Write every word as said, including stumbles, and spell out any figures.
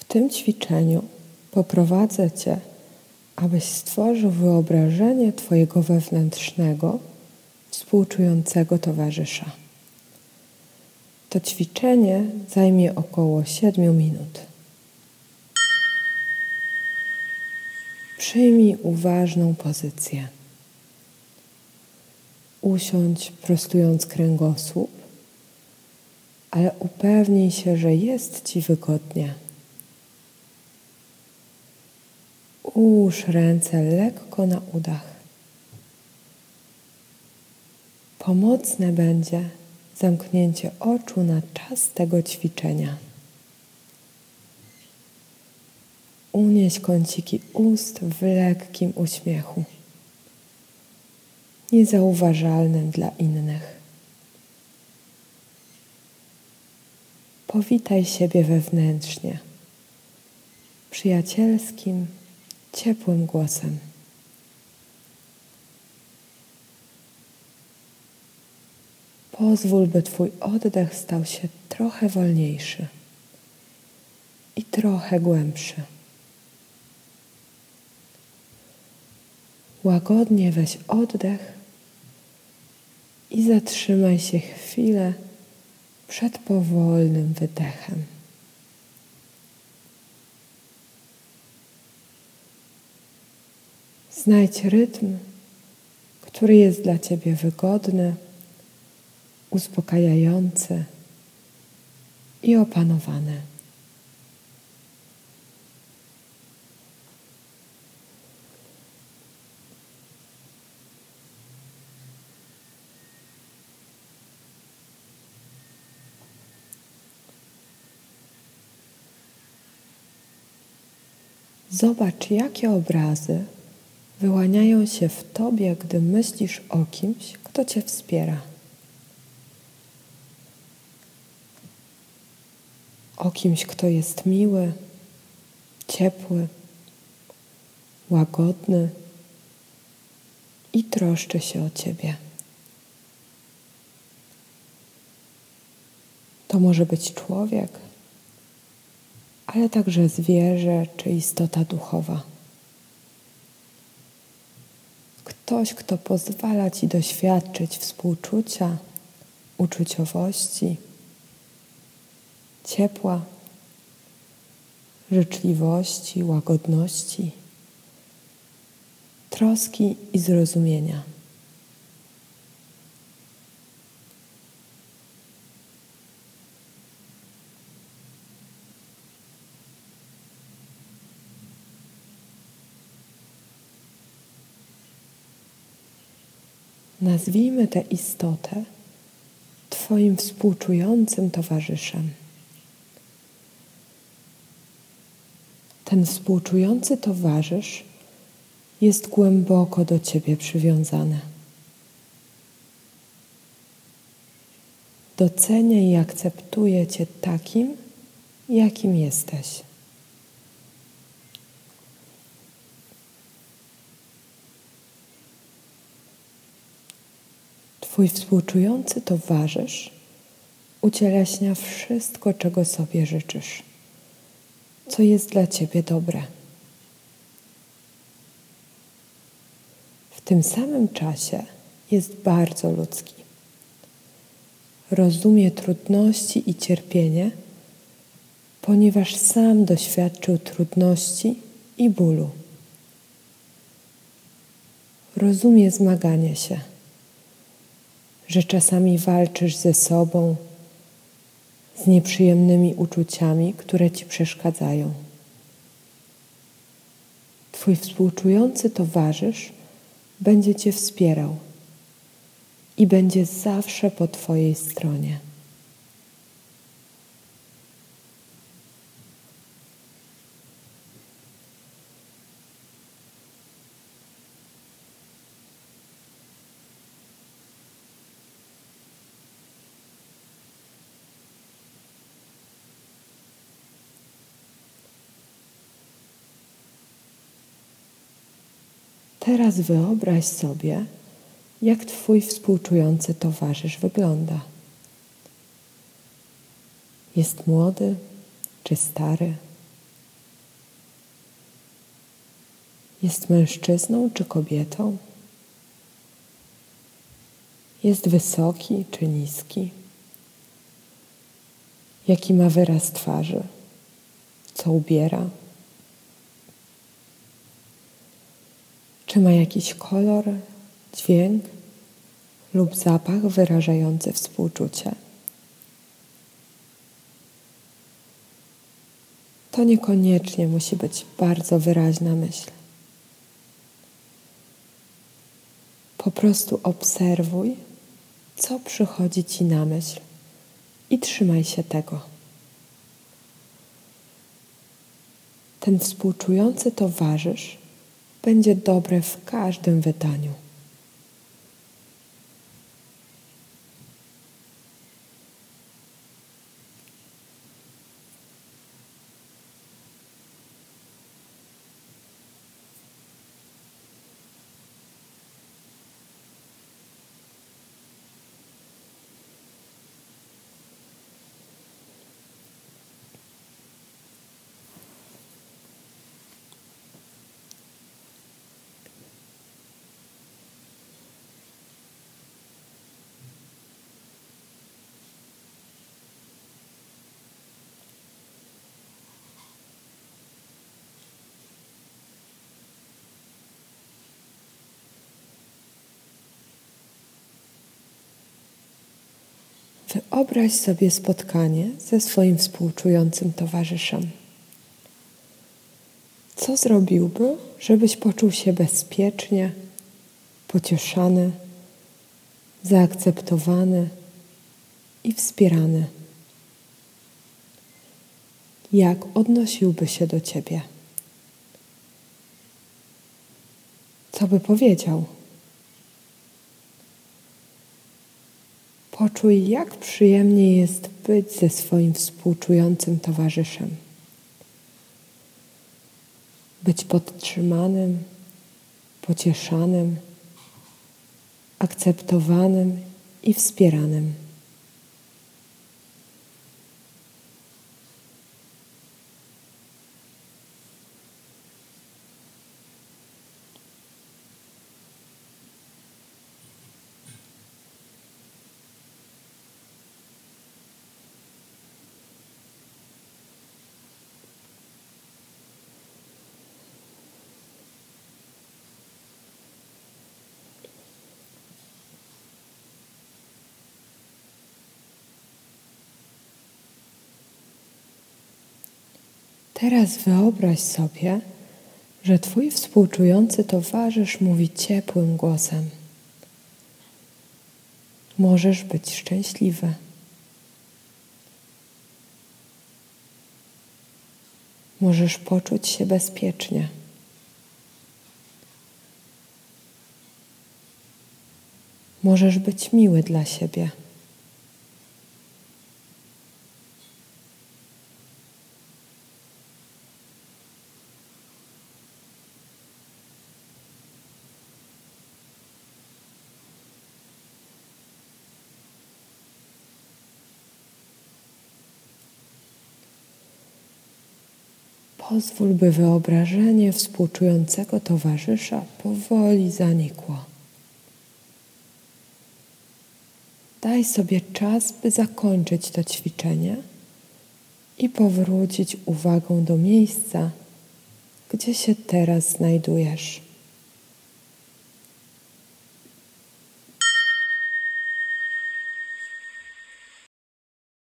tym ćwiczeniu poprowadzę Cię, abyś stworzył wyobrażenie Twojego wewnętrznego, współczującego towarzysza. To ćwiczenie zajmie około siedmiu minut. Przyjmij uważną pozycję. Usiądź prostując kręgosłup, ale upewnij się, że jest Ci wygodnie. Ułóż ręce lekko na udach. Pomocne będzie zamknięcie oczu na czas tego ćwiczenia. Unieś kąciki ust w lekkim uśmiechu, niezauważalnym dla innych. Powitaj siebie wewnętrznie, przyjacielskim, ciepłym głosem. Pozwól, by Twój oddech stał się trochę wolniejszy i trochę głębszy. Łagodnie weź oddech i zatrzymaj się chwilę przed powolnym wydechem. Znajdź rytm, który jest dla Ciebie wygodny, uspokajający i opanowany. Zobacz, jakie obrazy wyłaniają się w Tobie, gdy myślisz o kimś, kto Cię wspiera. O kimś, kto jest miły, ciepły, łagodny i troszczy się o Ciebie. To może być człowiek, ale także zwierzę czy istota duchowa. Ktoś, kto pozwala Ci doświadczyć współczucia, uczuciowości, ciepła, życzliwości, łagodności, troski i zrozumienia. Nazwijmy tę istotę Twoim współczującym towarzyszem. Ten współczujący towarzysz jest głęboko do Ciebie przywiązany. Docenia i akceptuje Cię takim, jakim jesteś. Twój współczujący towarzysz ucieleśnia wszystko, czego sobie życzysz, co jest dla Ciebie dobre. W tym samym czasie jest bardzo ludzki. Rozumie trudności i cierpienie, ponieważ sam doświadczył trudności i bólu. Rozumie zmaganie się, że czasami walczysz ze sobą, z nieprzyjemnymi uczuciami, które Ci przeszkadzają. Twój współczujący towarzysz będzie Cię wspierał i będzie zawsze po Twojej stronie. Teraz wyobraź sobie, jak Twój współczujący towarzysz wygląda. Jest młody czy stary? Jest mężczyzną czy kobietą? Jest wysoki czy niski? Jaki ma wyraz twarzy? Co ubiera? Czy ma jakiś kolor, dźwięk lub zapach wyrażający współczucie? To niekoniecznie musi być bardzo wyraźna myśl. Po prostu obserwuj, co przychodzi Ci na myśl i trzymaj się tego. Ten współczujący towarzysz będzie dobry w każdym wydaniu. Wyobraź sobie spotkanie ze swoim współczującym towarzyszem. Co zrobiłby, żebyś poczuł się bezpiecznie, pocieszany, zaakceptowany i wspierany? Jak odnosiłby się do Ciebie? Co by powiedział? Poczuj, jak przyjemnie jest być ze swoim współczującym towarzyszem. Być podtrzymanym, pocieszanym, akceptowanym i wspieranym. Teraz wyobraź sobie, że Twój współczujący towarzysz mówi ciepłym głosem. Możesz być szczęśliwy. Możesz poczuć się bezpiecznie. Możesz być miły dla siebie. Pozwól, by wyobrażenie współczującego towarzysza powoli zanikło. Daj sobie czas, by zakończyć to ćwiczenie i powrócić uwagą do miejsca, gdzie się teraz znajdujesz.